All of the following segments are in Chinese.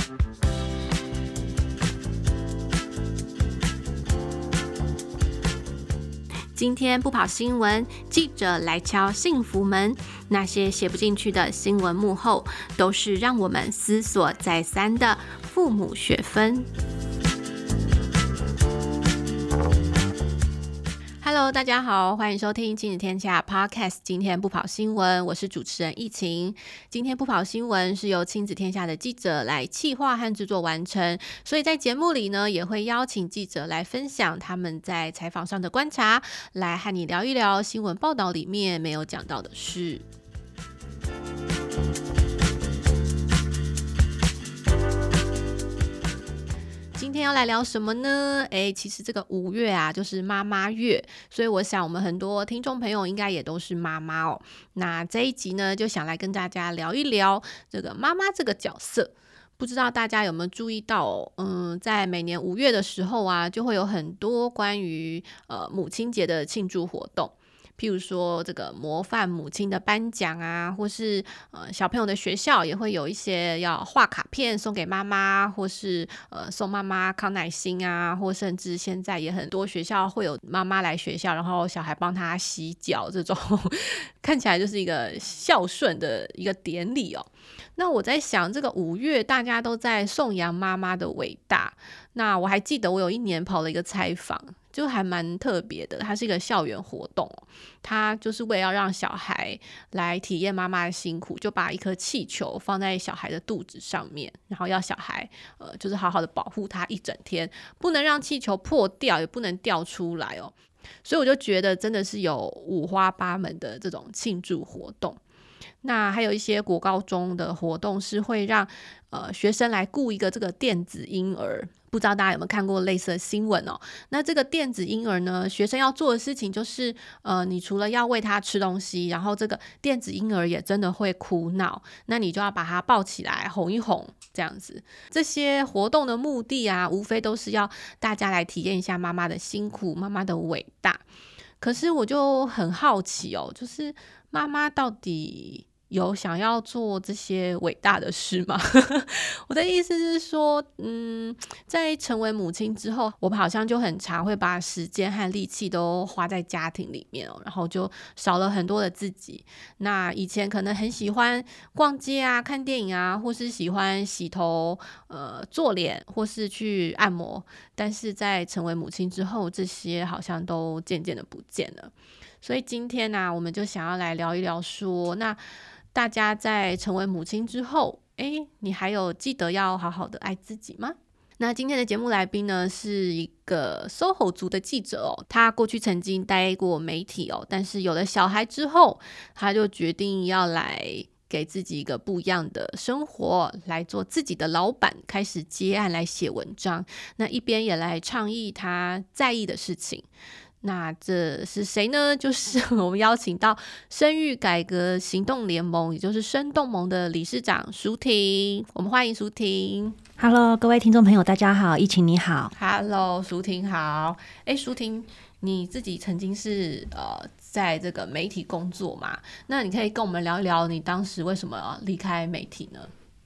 今天不跑新闻，记者来敲幸福门。那些写不进去的新闻幕后，都是让我们思索再三的父母学分。Hello， 大家好，欢迎收听亲子天下 Podcast。今天不跑新闻，我是主持人易晴。今天不跑新闻是由亲子天下的记者来企划和制作完成，所以在节目里呢，也会邀请记者来分享他们在采访上的观察，来和你聊一聊新闻报道里面没有讲到的事。今天要来聊什么呢？其实这个5月啊，就是妈妈月，所以我想我们很多听众朋友应该也都是妈妈哦。那这一集呢，就想来跟大家聊一聊这个妈妈这个角色。不知道大家有没有注意到在每年5月的时候啊，就会有很多关于母亲节的庆祝活动。譬如说这个模范母亲的颁奖啊，或是小朋友的学校也会有一些要画卡片送给妈妈，或是送妈妈康乃馨啊，或甚至现在也很多学校会有妈妈来学校，然后小孩帮她洗脚，这种看起来就是一个孝顺的一个典礼哦。那我在想，这个5月大家都在颂扬妈妈的伟大。那我还记得我有一年跑了一个采访，就还蛮特别的，它是一个校园活动哦。它就是为了要让小孩来体验妈妈的辛苦，就把一颗气球放在小孩的肚子上面，然后要小孩就是好好的保护他一整天，不能让气球破掉，也不能掉出来哦。所以我就觉得真的是有五花八门的这种庆祝活动。那还有一些国高中的活动是会让学生来雇一个这个电子婴儿，不知道大家有没有看过类似的新闻哦？那这个电子婴儿呢，学生要做的事情就是你除了要喂他吃东西，然后这个电子婴儿也真的会哭闹，那你就要把他抱起来哄一哄，这样子。这些活动的目的啊，无非都是要大家来体验一下妈妈的辛苦，妈妈的伟大。可是我就很好奇哦，就是妈妈到底有想要做这些伟大的事吗？我的意思是说在成为母亲之后，我好像就很常会把时间和力气都花在家庭里面哦，然后就少了很多的自己。那以前可能很喜欢逛街啊、看电影啊，或是喜欢洗头、做脸，或是去按摩，但是在成为母亲之后，这些好像都渐渐的不见了。所以今天呢，我们就想要来聊一聊说，那大家在成为母亲之后，你还有记得要好好的爱自己吗？那今天的节目来宾呢，是一个 SOHO 族的记者哦，他过去曾经待过媒体哦，但是有了小孩之后，他就决定要来给自己一个不一样的生活，来做自己的老板，开始接案来写文章，那一边也来倡议他在意的事情。那这是谁呢？就是我们邀请到生育改革行动联盟，也就是生动盟的理事长淑婷。我们欢迎淑婷。 Hello， 各位听众朋友，大家好，易晴你好。 Hello， 淑婷好。淑婷，你自己曾经是在这个媒体工作嘛？那你可以跟我们聊一聊，你当时为什么离开媒体呢？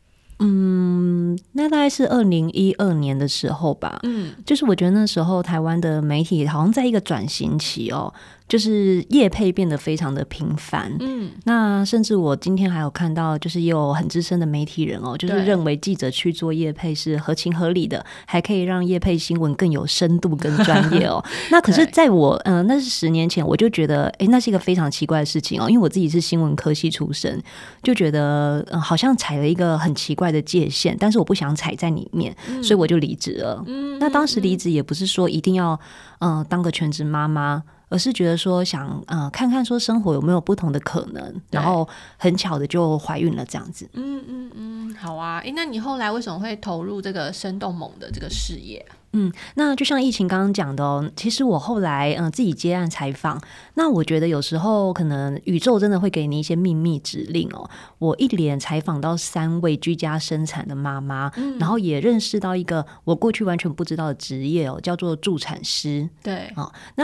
那大概是2012年的时候吧。就是我觉得那时候台湾的媒体好像在一个转型期哦，就是业配变得非常的频繁。那甚至我今天还有看到，就是也有很资深的媒体人哦，就是认为记者去做业配是合情合理的，还可以让业配新闻更有深度跟专业哦。那可是在我那是10年前，我就觉得那是一个非常奇怪的事情哦，因为我自己是新闻科系出身，就觉得好像踩了一个很奇怪的界限，但是我不想踩在里面，所以我就离职了。那当时离职也不是说一定要当个全职妈妈，而是觉得说想看看说生活有没有不同的可能，然后很巧的就怀孕了这样子。 好啊。那你后来为什么会投入这个生动盟的这个事业？ 那就像疫情刚刚讲的哦，其实我后来自己接案采访，那我觉得有时候可能宇宙真的会给你一些秘密指令哦。我一连采访到3位居家生产的妈妈，然后也认识到一个我过去完全不知道的职业哦，叫做助产师。 对， 那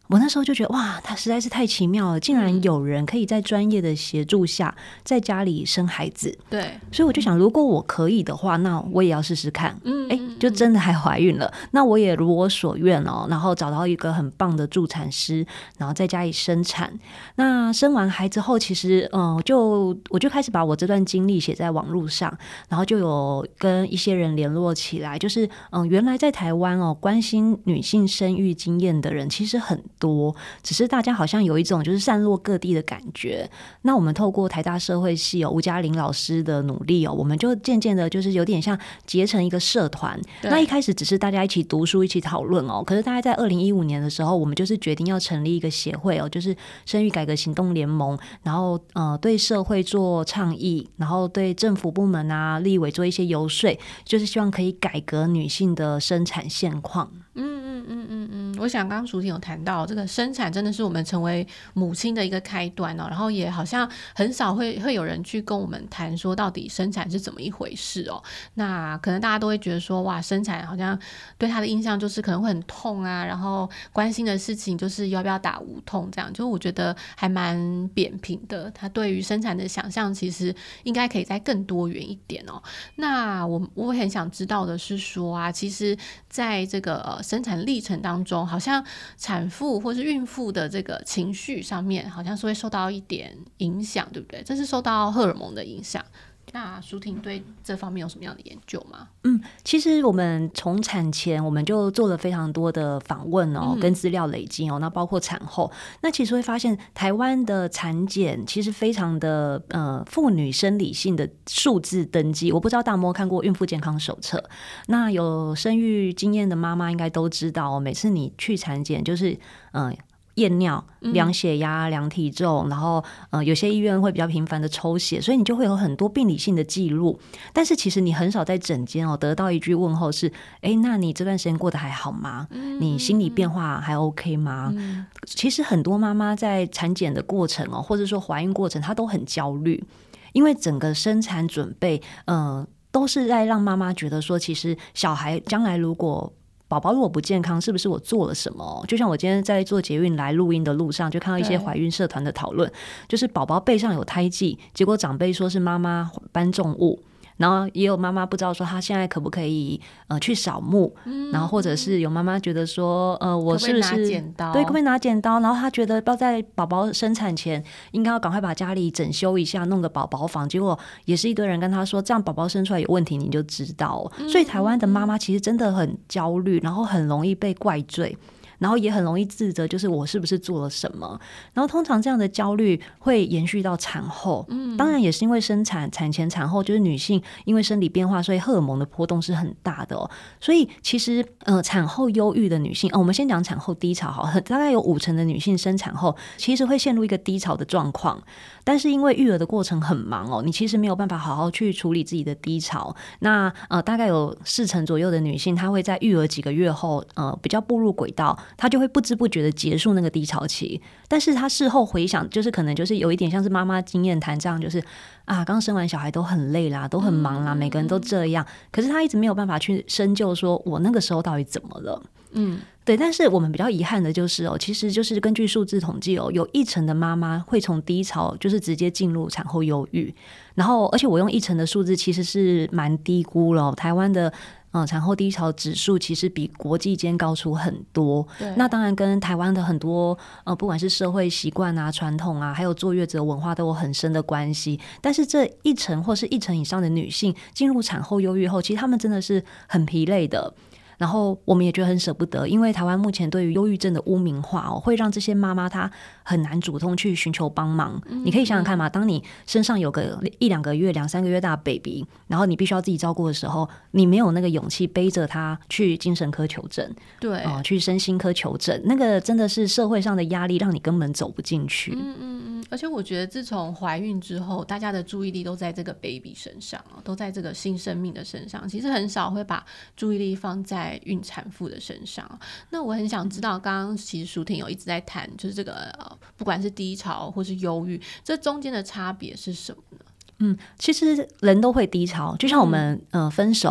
我那时候就觉得哇，它实在是太奇妙了，竟然有人可以在专业的协助下在家里生孩子。 对， 所以我就想，如果我可以的话，那我也要试试看。就真的还怀孕了，那我也如我所愿哦，然后找到一个很棒的助产师，然后在家里生产。那生完孩子后，其实我就开始把我这段经历写在网络上，然后就有跟一些人联络起来，就是原来在台湾关心女性生育经验的人其实很多，只是大家好像有一种就是散落各地的感觉。那我们透过台大社会系吴嘉玲老师的努力我们就渐渐的就是有点像结成一个社团。那一开始只是大家一起读书一起讨论可是大概在2015年的时候，我们就是决定要成立一个协会就是生育改革行动联盟，然后对社会做倡议，然后对政府部门啊立委做一些游说，就是希望可以改革女性的生产现况。 我想刚刚淑婷有谈到这个生产真的是我们成为母亲的一个开端然后也好像很少会有人去跟我们谈说到底生产是怎么一回事那可能大家都会觉得说哇，生产好像对他的印象就是可能会很痛啊，然后关心的事情就是要不要打无痛这样，就我觉得还蛮扁平的。他对于生产的想象其实应该可以再更多元一点那我很想知道的是说啊，其实在这个生产历程当中，好像产妇或是孕妇的这个情绪上面好像是会受到一点影响，对不对？这是受到荷尔蒙的影响。那淑婷对这方面有什么样的研究吗？ 其实我们从产前我们就做了非常多的访问跟资料累积那包括产后，那其实会发现台湾的产检其实非常的妇女生理性的数字登记。我不知道大家有没有看过孕妇健康手册，那有生育经验的妈妈应该都知道每次你去产检就是验尿、量血压、量体重，然后有些医院会比较频繁的抽血，所以你就会有很多病理性的记录。但是其实你很少在诊间得到一句问候是那你这段时间过得还好吗？你心理变化还 OK 吗？其实很多妈妈在产检的过程或者说怀孕过程她都很焦虑，因为整个生产准备都是在让妈妈觉得说其实小孩将来宝宝如果不健康，是不是我做了什么？就像我今天在做捷运来录音的路上，就看到一些怀孕社团的讨论，就是宝宝背上有胎记，结果长辈说是妈妈搬重物，然后也有妈妈不知道说她现在可不可以去扫墓，然后或者是有妈妈觉得说我是不是可不可以拿剪刀？ 对，可不可以拿剪刀？然后她觉得要在宝宝生产前应该要赶快把家里整修一下，弄个宝宝房，结果也是一堆人跟她说这样宝宝生出来有问题你就知道所以台湾的妈妈其实真的很焦虑，然后很容易被怪罪，然后也很容易自责，就是我是不是做了什么。然后通常这样的焦虑会延续到产后，当然也是因为生产、产前、产后，就是女性因为生理变化，所以荷尔蒙的波动是很大的所以其实产后忧郁的女性我们先讲产后低潮好，大概有50%的女性生产后其实会陷入一个低潮的状况，但是因为育儿的过程很忙你其实没有办法好好去处理自己的低潮。那大概有40%左右的女性她会在育儿几个月后比较步入轨道，她就会不知不觉的结束那个低潮期。但是她事后回想，就是可能就是有一点像是妈妈经验谈这样，就是刚生完小孩都很累啦，都很忙啦，每个人都这样，可是她一直没有办法去深究说我那个时候到底怎么了。对，但是我们比较遗憾的就是其实就是根据数字统计有1%的妈妈会从低潮就是直接进入产后忧郁，然后而且我用1%的数字其实是蛮低估了台湾的产后低潮指数其实比国际间高出很多。那当然跟台湾的很多不管是社会习惯啊、传统啊，还有坐月子的文化都有很深的关系。但是这1%或是1%以上的女性进入产后忧郁后，其实她们真的是很疲累的。然后我们也觉得很舍不得，因为台湾目前对于忧郁症的污名化会让这些妈妈她很难主动去寻求帮忙。你可以想想看嘛，当你身上有个1-2个月、2-3个月大的 baby， 然后你必须要自己照顾的时候，你没有那个勇气背着他去精神科求诊，对去身心科求诊，那个真的是社会上的压力让你根本走不进去。 而且我觉得自从怀孕之后，大家的注意力都在这个 baby 身上，都在这个新生命的身上，其实很少会把注意力放在孕产妇的身上。那我很想知道，刚刚其实淑婷有一直在谈，就是这个不管是低潮或是忧郁，这中间的差别是什么呢？ 其实人都会低潮，就像我们分手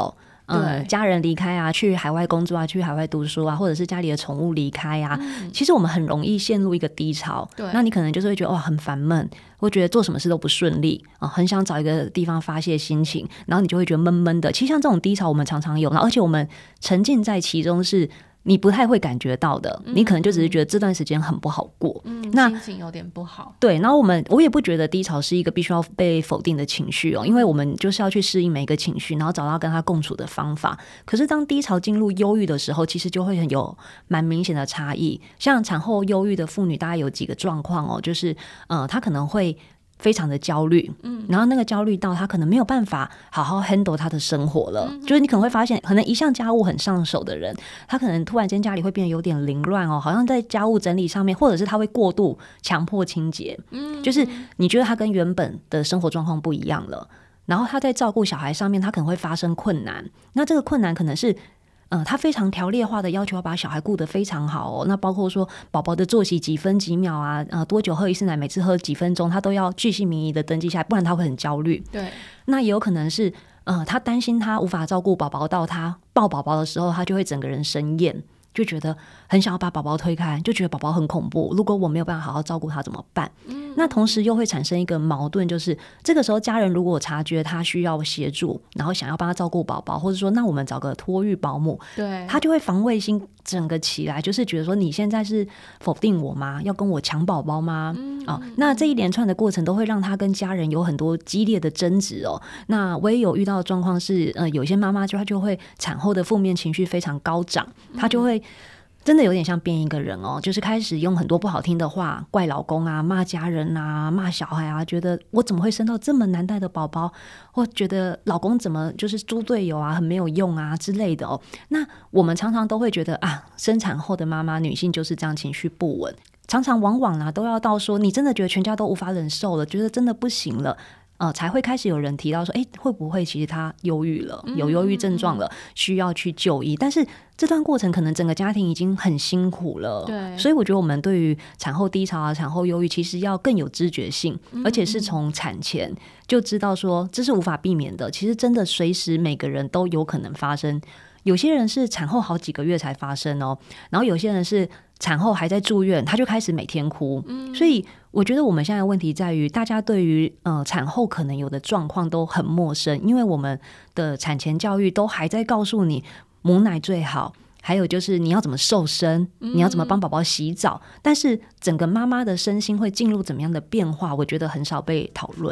家人离开啊，去海外工作啊，去海外读书啊，或者是家里的宠物离开啊，其实我们很容易陷入一个低潮。那你可能就是会觉得哇很烦闷，会觉得做什么事都不顺利很想找一个地方发泄心情，然后你就会觉得闷闷的。其实像这种低潮我们常常有，而且我们沉浸在其中是你不太会感觉到的，你可能就只是觉得这段时间很不好过， 那心情有点不好。 对，然后我也不觉得低潮是一个必须要被否定的情绪因为我们就是要去适应每一个情绪，然后找到跟它共处的方法。可是当低潮进入忧郁的时候，其实就会有蛮明显的差异。像产后忧郁的妇女大概有几个状况就是她可能会非常的焦虑，然后那个焦虑到他可能没有办法好好 handle 他的生活了，就是你可能会发现可能一项家务很上手的人，他可能突然间家里会变得有点凌乱好像在家务整理上面，或者是他会过度强迫清洁，就是你觉得他跟原本的生活状况不一样了，然后他在照顾小孩上面他可能会发生困难，那这个困难可能是他非常条列化的要求要把小孩顾得非常好那包括说宝宝的作息几分几秒啊，多久喝一次奶，每次喝几分钟，他都要巨细靡遗的登记下来，不然他会很焦虑。 对， 那也有可能是他担心他无法照顾宝宝，到他抱宝宝的时候，他就会整个人生厌，就觉得很想要把宝宝推开，就觉得宝宝很恐怖，如果我没有办法好好照顾他怎么办？那同时又会产生一个矛盾，就是这个时候家人如果察觉他需要协助，然后想要帮他照顾宝宝，或者说那我们找个托育保姆， 对， 他就会防卫心整个起来，就是觉得说你现在是否定我吗？要跟我抢宝宝吗？那这一连串的过程都会让他跟家人有很多激烈的争执那我也有遇到的状况是有些妈妈她就会产后的负面情绪非常高涨，她就会真的有点像变一个人就是开始用很多不好听的话怪老公啊，骂家人啊，骂小孩啊，觉得我怎么会生到这么难带的宝宝，或觉得老公怎么就是猪队友啊，很没有用啊之类的那我们常常都会觉得生产后的妈妈女性就是这样情绪不稳，常常往往都要到说你真的觉得全家都无法忍受了，觉得真的不行了才会开始有人提到说会不会其实他忧郁了，有忧郁症状了，需要去就医，但是这段过程可能整个家庭已经很辛苦了， 对， 所以我觉得我们对于产后低潮产后忧郁其实要更有知觉性，而且是从产前就知道说这是无法避免的，其实真的随时每个人都有可能发生，有些人是产后好几个月才发生然后有些人是产后还在住院，他就开始每天哭所以我觉得我们现在的问题在于大家对于产后可能有的状况都很陌生，因为我们的产前教育都还在告诉你母奶最好，还有就是你要怎么瘦身，你要怎么帮宝宝洗澡，但是整个妈妈的身心会进入怎么样的变化，我觉得很少被讨论。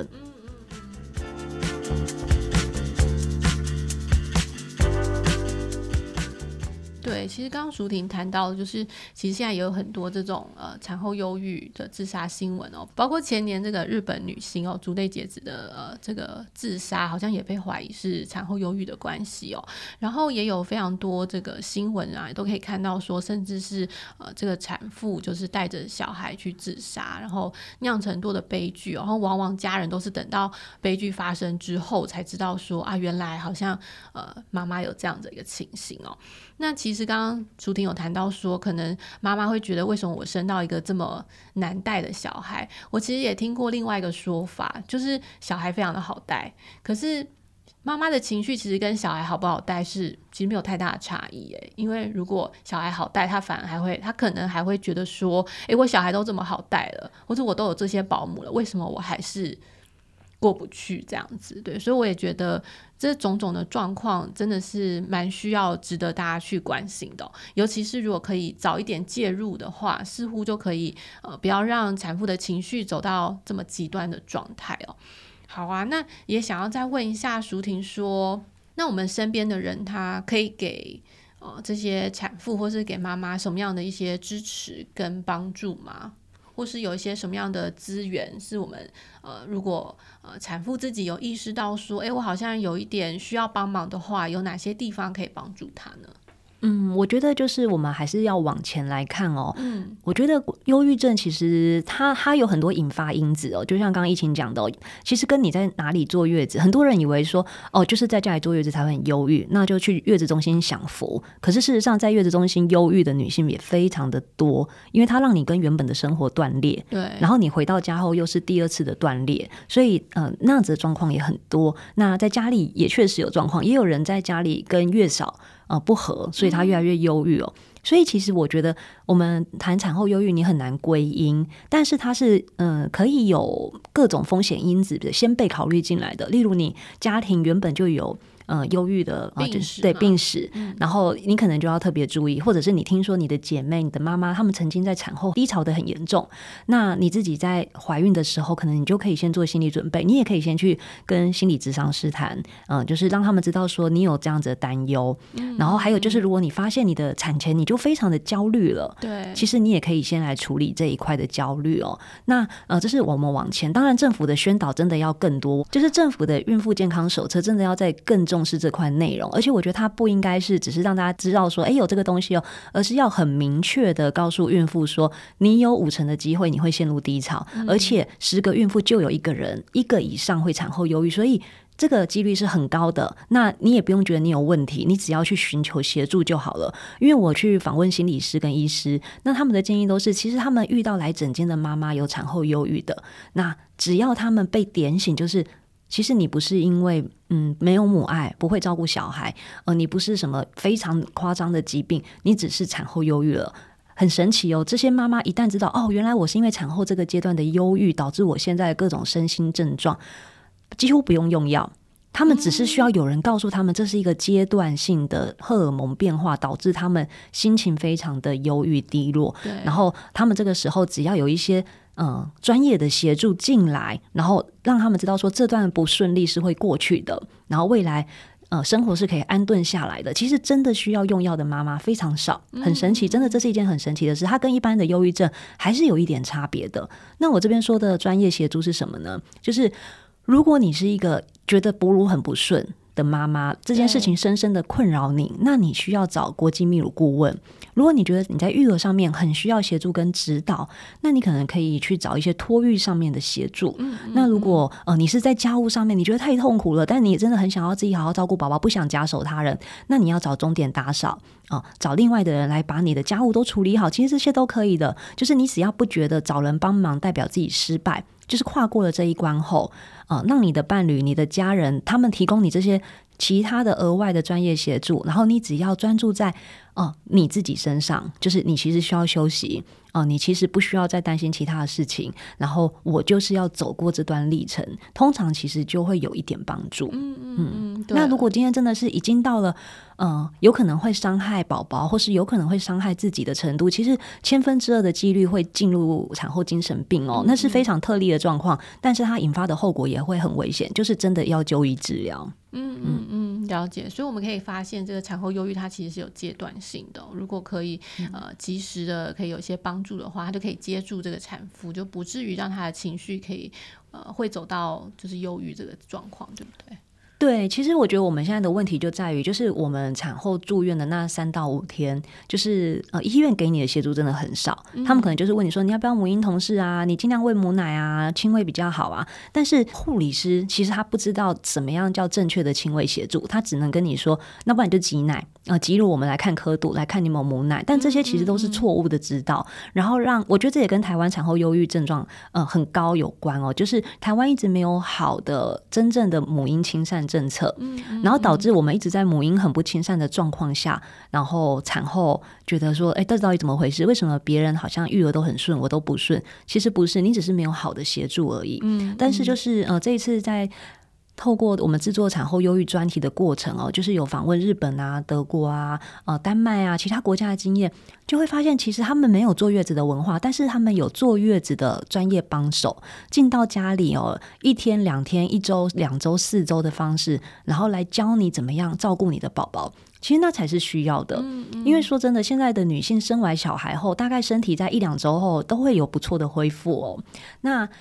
对，其实刚刚淑婷谈到的就是其实现在也有很多这种产后忧郁的自杀新闻包括前年这个日本女星竹内结子的这个自杀，好像也被怀疑是产后忧郁的关系然后也有非常多这个新闻都可以看到说，甚至是这个产妇就是带着小孩去自杀，然后酿成很多的悲剧然后往往家人都是等到悲剧发生之后才知道说原来好像妈妈有这样的一个情形那其实刚刚淑婷有谈到说，可能妈妈会觉得为什么我生到一个这么难带的小孩，我其实也听过另外一个说法，就是小孩非常的好带，可是妈妈的情绪其实跟小孩好不好带是其实没有太大的差异因为如果小孩好带，他反而他可能还会觉得说我小孩都这么好带了，或者我都有这些保姆了，为什么我还是过不去这样子。对，所以我也觉得这种种的状况真的是蛮需要值得大家去关心的尤其是如果可以早一点介入的话，似乎就可以不要让产妇的情绪走到这么极端的状态好啊，那也想要再问一下淑婷说，那我们身边的人他可以给这些产妇或是给妈妈什么样的一些支持跟帮助吗？或是有一些什么样的资源是我们如果产妇自己有意识到说我好像有一点需要帮忙的话，有哪些地方可以帮助她呢？ 我觉得就是我们还是要往前来看哦。我觉得忧郁症其实它有很多引发因子哦，就像刚刚疫情讲的其实跟你在哪里坐月子，很多人以为说就是在家里坐月子才会很忧郁，那就去月子中心享福。可是事实上在月子中心忧郁的女性也非常的多，因为它让你跟原本的生活断裂， 对， 然后你回到家后又是第二次的断裂，所以那样子的状况也很多。那在家里也确实有状况，也有人在家里跟月嫂不合，所以他越来越忧郁哦。所以其实我觉得我们谈产后忧郁你很难归因，但是它是可以有各种风险因子先被考虑进来的，例如你家庭原本就有忧郁的病史，然后你可能就要特别注意，或者是你听说你的姐妹、你的妈妈她们曾经在产后低潮的很严重，那你自己在怀孕的时候可能你就可以先做心理准备，你也可以先去跟心理咨商师谈，就是让他们知道说你有这样子的担忧，然后还有就是如果你发现你的产前你就非常的焦虑了， 对， 其实你也可以先来处理这一块的焦虑哦。那这是我们往前，当然政府的宣导真的要更多，就是政府的孕妇健康手册真的要再更重视这块内容，而且我觉得它不应该是只是让大家知道说有这个东西而是要很明确的告诉孕妇说你有50%的机会你会陷入低潮，而且10个孕妇就有1个人1个以上会产后忧郁，所以这个几率是很高的。那你也不用觉得你有问题，你只要去寻求协助就好了。因为我去访问心理师跟医师，那他们的建议都是其实他们遇到来诊间的妈妈有产后忧郁的，那只要他们被点醒，就是其实你不是因为没有母爱不会照顾小孩，你不是什么非常夸张的疾病，你只是产后忧郁了。很神奇哦，这些妈妈一旦知道原来我是因为产后这个阶段的忧郁导致我现在的各种身心症状，几乎不用用药，他们只是需要有人告诉他们这是一个阶段性的荷尔蒙变化导致他们心情非常的忧郁低落，然后他们这个时候只要有一些专业的协助进来，然后让他们知道说这段不顺利是会过去的，然后未来生活是可以安顿下来的。其实真的需要用药的妈妈非常少，很神奇，真的这是一件很神奇的事，它跟一般的忧郁症还是有一点差别的。那我这边说的专业协助是什么呢？就是如果你是一个觉得哺乳很不顺的妈妈，这件事情深深的困扰你，那你需要找国际泌乳顾问。如果你觉得你在育儿上面很需要协助跟指导，那你可能可以去找一些托育上面的协助。那如果你是在家务上面你觉得太痛苦了，但你真的很想要自己好好照顾宝宝，不想假手他人，那你要找钟点打扫找另外的人来把你的家务都处理好，其实这些都可以的。就是你只要不觉得找人帮忙代表自己失败，就是跨过了这一关后让你的伴侣、你的家人他们提供你这些其他的额外的专业协助，然后你只要专注在你自己身上，就是你其实需要休息你其实不需要再担心其他的事情，然后我就是要走过这段历程，通常其实就会有一点帮助。那如果今天真的是已经到了有可能会伤害宝宝或是有可能会伤害自己的程度，其实2%的几率会进入产后精神病那是非常特例的状况，但是它引发的后果也会很危险，就是真的要就医治疗。 了解。所以我们可以发现这个产后忧郁它其实是有阶段性的如果可以及时的可以有一些帮助的话，它就可以接住这个产妇，就不至于让她的情绪可以会走到就是忧郁这个状况，对不对？ 对，其实我觉得我们现在的问题就在于，就是我们产后住院的那3到5天，就是医院给你的协助真的很少，他们可能就是问你说你要不要母婴同事啊，你尽量喂母奶啊，亲喂比较好啊。但是护理师其实他不知道怎么样叫正确的亲喂协助，他只能跟你说那不然你就挤奶挤乳，我们来看刻度，来看你有没有母奶，但这些其实都是错误的指导，然后我觉得这也跟台湾产后忧郁症状很高有关就是台湾一直没有好的真正的母婴亲善政策，然后导致我们一直在母婴很不亲善的状况下，然后产后觉得说这到底怎么回事，为什么别人好像育儿都很顺我都不顺，其实不是，你只是没有好的协助而已。但是就是这一次在透过我们制作产后忧郁专题的过程就是有访问日本啊、德国啊、丹麦啊其他国家的经验，就会发现其实他们没有坐月子的文化，但是他们有坐月子的专业帮手进到家里1天2天1周2周4周的方式，然后来教你怎么样照顾你的宝宝，其实那才是需要的。因为说真的，现在的女性生完小孩后大概身体在1-2周后都会有不错的恢复那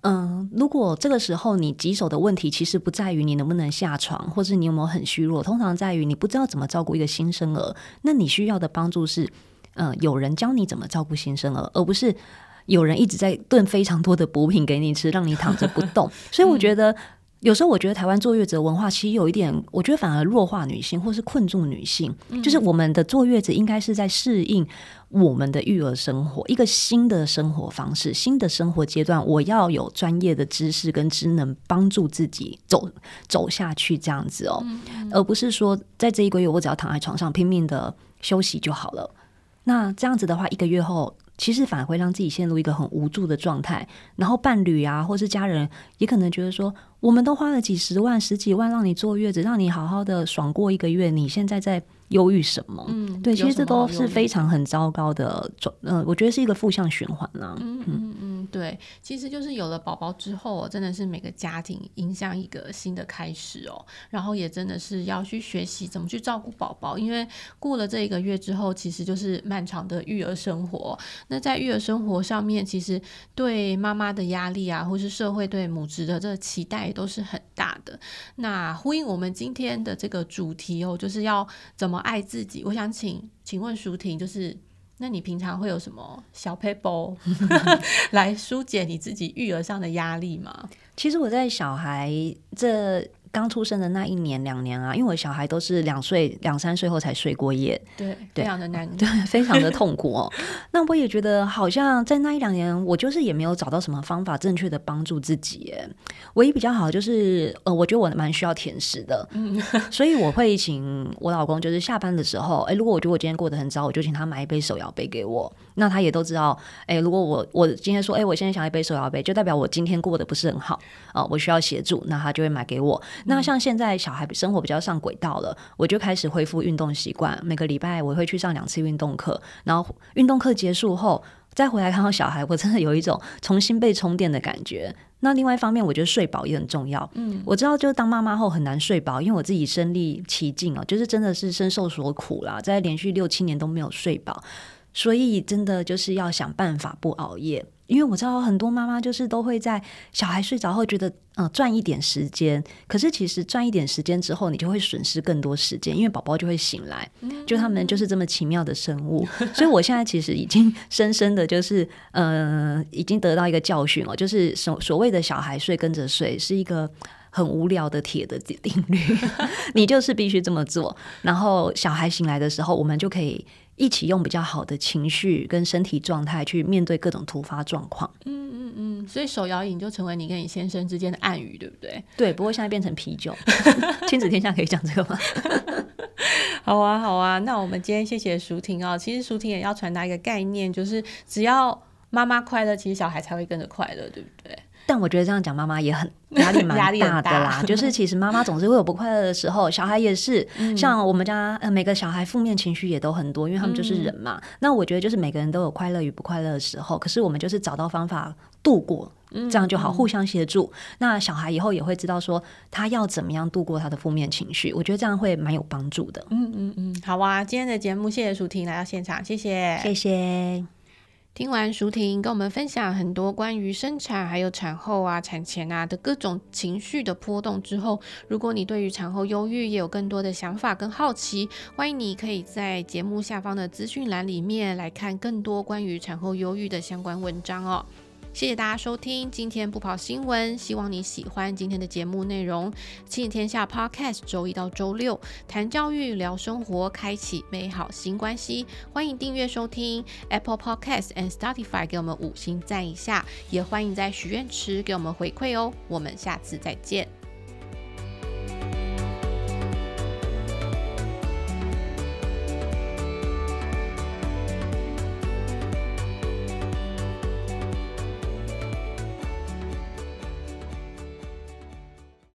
如果这个时候你棘手的问题其实不在于你能不能下床，或是你有没有很虚弱，通常在于你不知道怎么照顾一个新生儿。那你需要的帮助是有人教你怎么照顾新生儿，而不是有人一直在炖非常多的补品给你吃，让你躺着不动。所以我觉得有时候我觉得台湾坐月子文化其实有一点，我觉得反而弱化女性或是困住女性，就是我们的坐月子应该是在适应我们的育儿生活，一个新的生活方式，新的生活阶段，我要有专业的知识跟职能帮助自己走下去这样子而不是说在这一个月我只要躺在床上拼命的休息就好了。那这样子的话，一个月后其实反而会让自己陷入一个很无助的状态，然后伴侣啊或是家人也可能觉得说，我们都花了几十万十几万让你坐月子，让你好好的爽过一个月，你现在在忧郁什么？对，其实这都是非常很糟糕的，我觉得是一个负向循环啦。 对，其实就是有了宝宝之后，真的是每个家庭迎向一个新的开始然后也真的是要去学习怎么去照顾宝宝，因为过了这一个月之后，其实就是漫长的育儿生活。那在育儿生活上面，其实对妈妈的压力啊，或是社会对母职的这个期待也都是很大的。那呼应我们今天的这个主题就是要怎么爱自己。我想请问淑婷，就是那你平常会有什么小 paper 来疏解你自己育儿上的压力吗？ 其实我在小孩这刚出生的那1年2年啊，因为我小孩都是2岁2、3岁后才睡过夜， 对，非常的难， 对，非常的痛苦那我也觉得好像在那1、2年，我就是也没有找到什么方法正确的帮助自己耶。唯一比较好就是我觉得我蛮需要甜食的，所以我会请我老公，就是下班的时候，如果我觉得我今天过得很糟，我就请他买一杯手摇杯给我。那他也都知道，如果我今天说，我现在想要一杯手摇杯，就代表我今天过得不是很好我需要协助，那他就会买给我。那像现在小孩生活比较上轨道了，我就开始恢复运动习惯，每个礼拜我会去上2次运动课，然后运动课结束后再回来看到小孩，我真的有一种重新被充电的感觉。那另外一方面，我觉得睡饱也很重要。我知道就是当妈妈后很难睡饱，因为我自己身历其境就是真的是深受所苦啦，在连续6、7年都没有睡饱，所以真的就是要想办法不熬夜。因为我知道很多妈妈就是都会在小孩睡着后觉得赚一点时间，可是其实赚一点时间之后，你就会损失更多时间，因为宝宝就会醒来，就他们就是这么奇妙的生物。所以我现在其实已经深深的就是已经得到一个教训就是所谓的小孩睡跟着睡是一个很无聊的铁的定律你就是必须这么做，然后小孩醒来的时候，我们就可以一起用比较好的情绪跟身体状态去面对各种突发状况。 所以手摇饮就成为你跟你先生之间的暗语，对不对？ 对，不过现在变成啤酒亲子天下可以讲这个吗？ 好啊好啊，那我们今天谢谢淑婷其实淑婷也要传达一个概念，就是只要妈妈快乐，其实小孩才会跟着快乐，对不对？ 但我觉得这样讲妈妈也很压力蛮大的啦就是其实妈妈总是会有不快乐的时候，小孩也是像我们家每个小孩负面情绪也都很多，因为他们就是人嘛那我觉得就是每个人都有快乐与不快乐的时候，可是我们就是找到方法度过，这样就好，互相协助。那小孩以后也会知道说他要怎么样度过他的负面情绪，我觉得这样会蛮有帮助的。 好啊，今天的节目谢谢淑婷来到现场，谢谢谢谢。 听完淑婷跟我们分享很多关于生产还有产后啊、产前啊的各种情绪的波动之后，如果你对于产后忧郁也有更多的想法跟好奇，欢迎你可以在节目下方的资讯栏里面来看更多关于产后忧郁的相关文章谢谢大家收听今天不跑新闻，希望你喜欢今天的节目内容。亲子天下 Podcast 周1到周6谈教育聊生活，开启美好新关系。欢迎订阅收听 Apple Podcast and Spotify， 给我们5星赞一下，也欢迎在许愿池给我们回馈我们下次再见。